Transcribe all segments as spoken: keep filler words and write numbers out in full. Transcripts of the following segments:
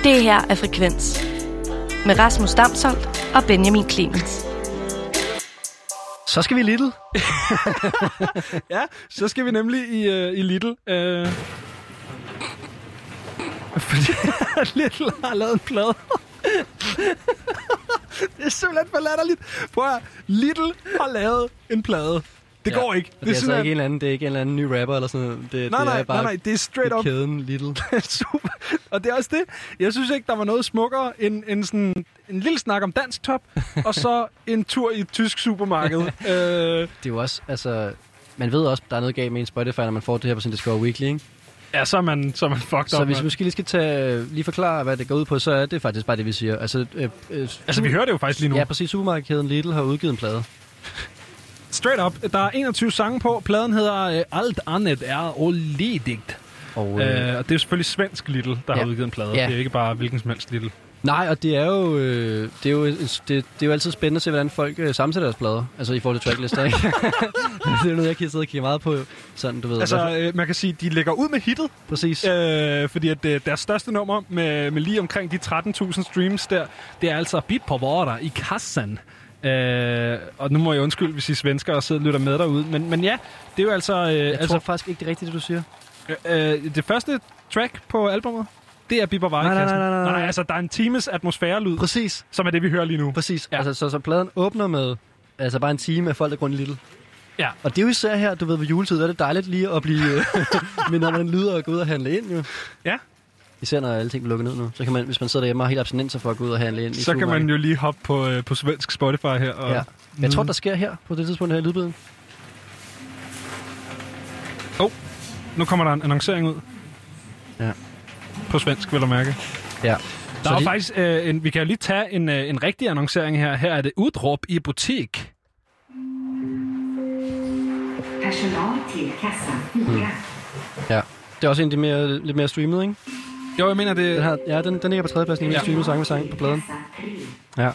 Det her er Frekvens med Rasmus Damsholdt og Benjamin Clemens. Så skal vi i Lidl. Ja, så skal vi nemlig i, uh, i Lidl. Uh... Fordi Lidl har lavet en plade. Det er simpelthen for latterligt. Prøv at Lidl har lavet en plade. Det ja, går ikke. Det er, det er altså ikke en eller anden, det er ikke en eller anden ny rapper eller sådan noget. Det, nej, det nej, er bare nej, nej, det er straight up. Kæden Lidl. Super. Og det er også det. Jeg synes ikke, der var noget smukkere end, end sådan en lille snak om dansk top, og så en tur i et tysk supermarked. øh... Det er jo også, altså... Man ved også, der er noget galt med en Spotify, når man får det her på sin Discover Weekly, ikke? Ja, så er man, så er man fucked så up. Så hvis vi måske lige skal tage, lige forklare, hvad det går ud på, så er det faktisk bare det, vi siger. Altså, øh, øh, altså vi hører det jo faktisk lige nu. Ja, præcis. Supermarkedkæden Lidl har udgivet en plade. Straight up. Der er enogtyve sange på. Pladen hedder øh, Alt andet er oledigt. Og, øh, øh, og det er selvfølgelig svensk Lidl, der ja. har udgivet en plade. Ja. Det er ikke bare hvilken som helst Lidl. Nej, og det er jo, øh, det er jo, det, det er jo altid spændende at se, hvordan folk øh, sammensætter deres plader. Altså i forhold til tracklister, ikke? Det er noget, jeg kan sidde og kigge meget på. Sådan, du ved. Altså, øh, man kan sige, de lægger ud med hittet. Præcis. Øh, fordi at øh, deres største nummer med, med lige omkring de tretten tusind streams der, det er altså Bit på Vorder i kassan. Øh, og nu må jeg undskylde, hvis I svensker sidder og lytter med derude. Men, men ja, det er jo altså... Øh, jeg altså, tror faktisk ikke, det er rigtigt, det du siger. Øh, det første track på albumet, det er Bipper Vare i kassen. Nej, nej, nej, nej. nej, altså der er en times atmosfærelyd. Præcis. Som er det, vi hører lige nu. Præcis. Ja. Altså, så, så pladen åbner med altså bare en time af folk, der går rundt i Lidl. Ja. Og det er jo især her, du ved, ved juletid, der er det dejligt lige at blive... men når man lyder og gå ud og handle ind, jo. Ja. Især når alle ting bliver lukket ned nu. Så kan man, hvis man sidder derhjemme og har helt abstinenser for at gå ud og handle ind. Så kan man jo lige hoppe på, øh, på svensk Spotify her. Og ja. Jeg tror, der sker her på det tidspunkt her i lydbiden. Åh, oh, nu kommer der en annoncering ud. Ja. På svensk, vil du mærke. Ja. Der er de... faktisk øh, en, vi kan jo lige tage en, øh, en rigtig annoncering her. Her er det udråb i butik. Personal til kassan. Mm. Ja. Det er også en af de mere, lidt mere streamet, ikke? Jo, jeg mener det... Den her, ja, den, den ligger på tredjepladsen i ja. streamet sang med sang på pladen. Ja.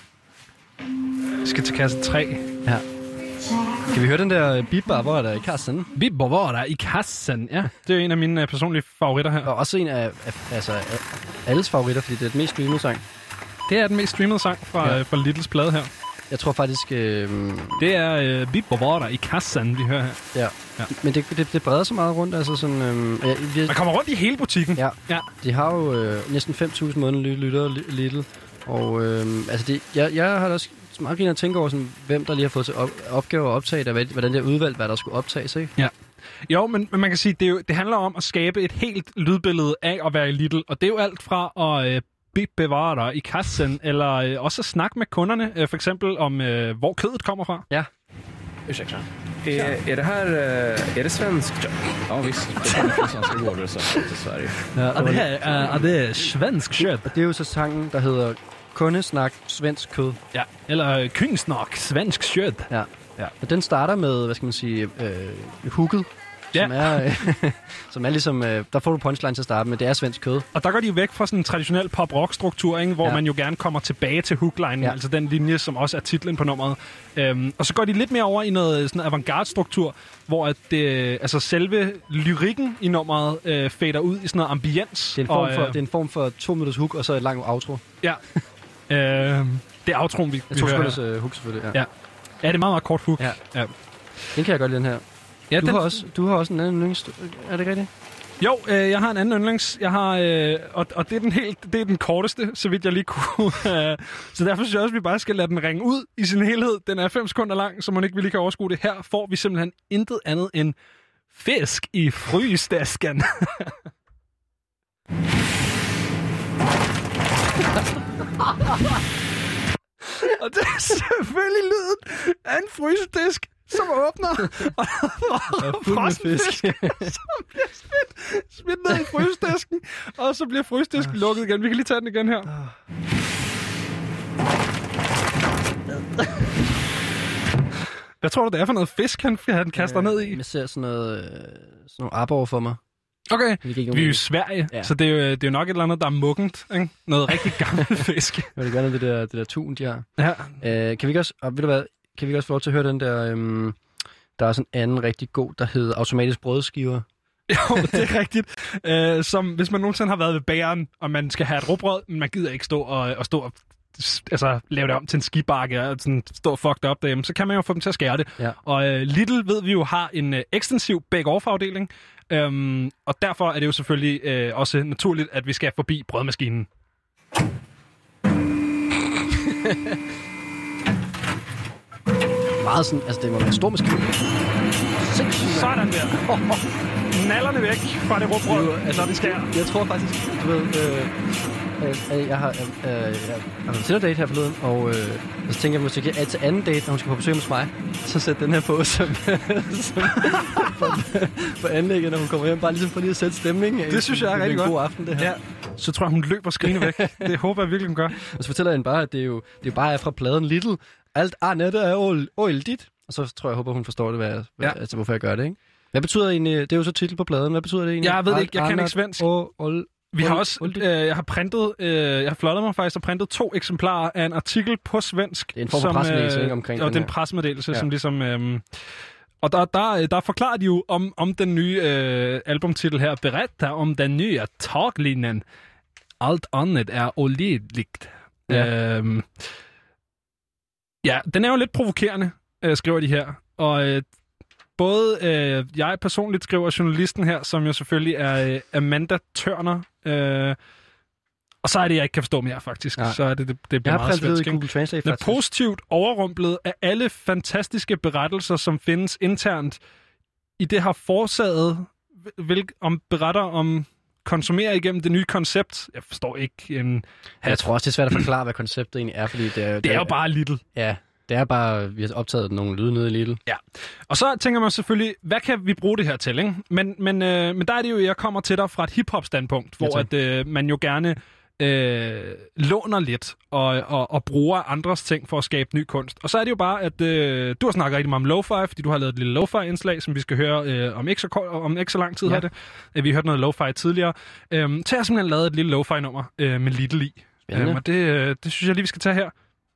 Vi skal til kasse tre. Ja. Kan vi høre den der Bipper, hvor er der i kassen? Bipper, hvor er der i kassen? Ja, det er en af mine uh, personlige favoritter her. Og også en af, af altså, af alles favoritter, fordi det er den mest streamede sang. Det er den mest streamede sang fra, ja. uh, fra Lidls plade her. Jeg tror faktisk... Øh... Det er uh, Bipper, hvor er der i kassen, vi hører her. Ja, ja. Men det, det, det breder så meget rundt, altså sådan... Øh, ja, vi... Man kommer rundt i hele butikken. Ja, ja. De har jo øh, næsten fem tusind månedlige lyttere Lidl. Og øh, altså, det, jeg, jeg har også meget griner at tænke over, sådan, hvem der lige har fået til op, opgave at optage, der, hvordan det er udvalgt, hvad der skulle optages, ikke? Ja. Jo, men, men man kan sige, det, er jo, det handler om at skabe et helt lydbillede af at være i Lidl. Og det er jo alt fra at øh, bevare dig i kassen, eller øh, også at snakke med kunderne, øh, for eksempel om, øh, hvor kødet kommer fra. Ja. Ursäkta. Er, er det her, er det svensk kött? Ja, visst. Det kommer från svenska gårdar så til Sverige. Ja, og det her er, det er svensk kött. Og det er jo så sangen, der hedder Kundesnak Svensk Kød. Ja, eller Kyngsnak Svensk Kött. Ja. Ja. Og den starter med, hvad skal man sige, øh, hooket. Ja. Som er, øh, som er ligesom, øh, der får du punchline til at starte med, det er svensk kød. Og der går de jo væk fra sådan en traditionel pop-rock-struktur, ikke? Hvor ja. man jo gerne kommer tilbage til hooklinen, ja. altså den linje, som også er titlen på nummeret. Øhm, og så går de lidt mere over i noget sådan avantgarde-struktur, hvor at det, altså selve lyrikken i nummeret øh, fader ud i sådan noget ambiens. Det er en form, og, for, øh, det er en form for to minutters hook, og så et langt outro. Ja. øh, det er outroen, vi, vi hører her. To uh, hook selvfølgelig, ja. ja. Ja, det er meget, meget kort hook. Ja. Ja. Den kan jeg godt lide, den her. Ja, du, den... har også, du har også en anden yndlings... Er det rigtigt? Jo, øh, jeg har en anden yndlings. Jeg har, øh, og, og det er den helt, det er den korteste, så vidt jeg lige kunne. Så derfor synes jeg også, at vi bare skal lade den ringe ud i sin helhed. Den er fem sekunder lang, så man ikke lige kan overskue det. Her får vi simpelthen intet andet end fisk i frystasken. Og det er selvfølgelig lyden af en frysedisk, som åbner, og der er frossen fisk, som bliver smidt, smidt ned i frysdisken, og så bliver frysdisken oh, lukket igen. Vi kan lige tage den igen her. Oh. Hvad tror du, det er for noget fisk, han, han kaster øh, ned i? Jeg ser sådan noget, øh, sådan nogle arbor for mig. Okay, vi er jo i Sverige, ja. Så det er, jo, det er jo nok et eller andet, der er muggent, ikke? Noget rigtig gammel fisk. Ja, det gør noget, det der, det der tun, de har. Ja. Øh, kan vi ikke også, og ved du hvad, kan vi ikke også få lov til at høre den der, øhm, der er sådan en anden rigtig god, der hedder automatisk brødskiver. Jo, det er rigtigt. Øh, som hvis man nogensinde har været ved bageren, og man skal have et råbrød, men man gider ikke stå og, og stå og altså, lave det om til en skibakke og sådan, stå fucked up derhjemme, så kan man jo få dem til at skære det. Ja. Og øh, Lidl ved vi jo har en øh, ekstensiv bake-off-afdeling, øhm, og derfor er det jo selvfølgelig øh, også naturligt, at vi skal forbi brødmaskinen. Meget sådan, altså det må være en stor maskine. Sådan der. Oh, oh. Nallerne væk fra det råbrød, altså, når det skærer. Jeg tror faktisk, du ved, øh, øh, jeg har øh, øh, jeg har en Tinder-date her forleden, og øh, så tænker jeg måske, at til anden date, når hun skal på besøg hos mig, så sæt den her på som, som for, for anlægget, når hun kommer hjem, bare ligesom for lige at sætte stemningen. Det synes jeg er rigtig godt. Det er en god aften, det her. Ja. Så tror jeg, hun løber skrigende væk. Det håber jeg virkelig, hun gør. Og så fortæller jeg hende bare, at det er jo, det er bare er fra pladen Lidl. Alt andet er oildigt. Og så tror jeg, jeg håber, hun forstår det, hvad, hvad, ja. altså, hvorfor jeg gør det, ikke? Hvad betyder det egentlig? Det er jo så titel på pladen. Hvad betyder det egentlig? Jeg ved det ikke. Jeg kan ikke svensk. Og, og, Vi har også, øh, jeg har printet, øh, jeg har flottet mig faktisk og printet to eksemplarer af en artikel på svensk. Det er en form for pressemeddelelse, ikke, omkring og den den her. pressemeddelelse, Ja. som ligesom... Øh, og der, der, der forklarer de jo om, om den nye øh, albumtitel her. Berätta om den nye taglinjen. Alt andet er oljeligt. Ja. Øhm, ja, den er jo lidt provokerende, øh, skriver de her. Og øh, både øh, jeg personligt skriver journalisten her, som jo selvfølgelig er øh, Amanda Tørner. Øh, og så er det, jeg ikke kan forstå mere, faktisk. Ja. Så er det, det, det Jeg bliver har meget printet svensk. i Google Translate, Den er faktisk. positivt overrumplet af alle fantastiske berettelser, som findes internt i det har forsaget, hvil, om beretter om konsumere igennem det nye koncept. Jeg forstår ikke en... Jeg tror også, det er svært at forklare, hvad konceptet egentlig er, fordi det er, Det er jo bare Lidl. Ja, det er bare, vi har optaget nogle lyde nede i Lidl. Ja. Og så tænker man selvfølgelig, hvad kan vi bruge det her til, ikke? Men, men, øh, men der er det jo, jeg kommer til dig fra et hiphop-standpunkt, hvor Ja, at, øh, man jo gerne øh, låner lidt og, og, og bruger andres ting for at skabe ny kunst. Og så er det jo bare, at øh, du har snakket rigtig meget om lo-fi, fordi du har lavet et lille lo-fi-indslag, som vi skal høre øh, om, ikke så, om ikke så lang tid. Ja. Her det. Øh, vi har hørt noget lo-fi tidligere. Øh, så jeg har simpelthen lavet et lille lo-fi-nummer øh, med Lidl i. Øh, og det, øh, det synes jeg lige, vi skal tage her.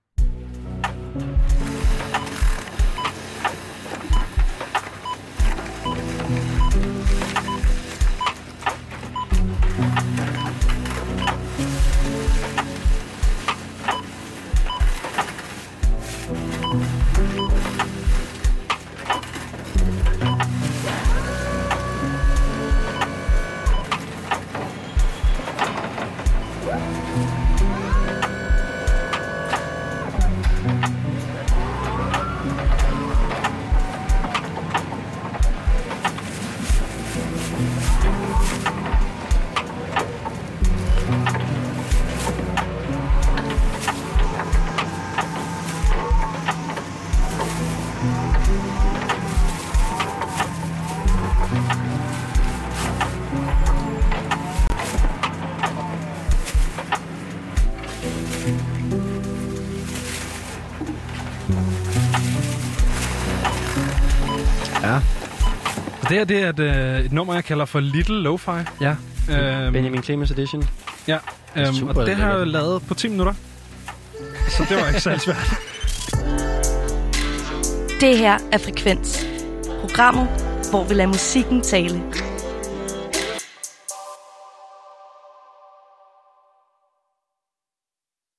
Ja. Og det her, det er et, øh, et nummer, jeg kalder for Little Lo-Fi. Ja. Øhm, Benjamin Clemens Edition. Ja, øhm, super og det har jeg lækkert. lavet på ti minutter. Så det var ikke særlig svært. Det her er Frekvens. Programmet, hvor vi lader musikken tale.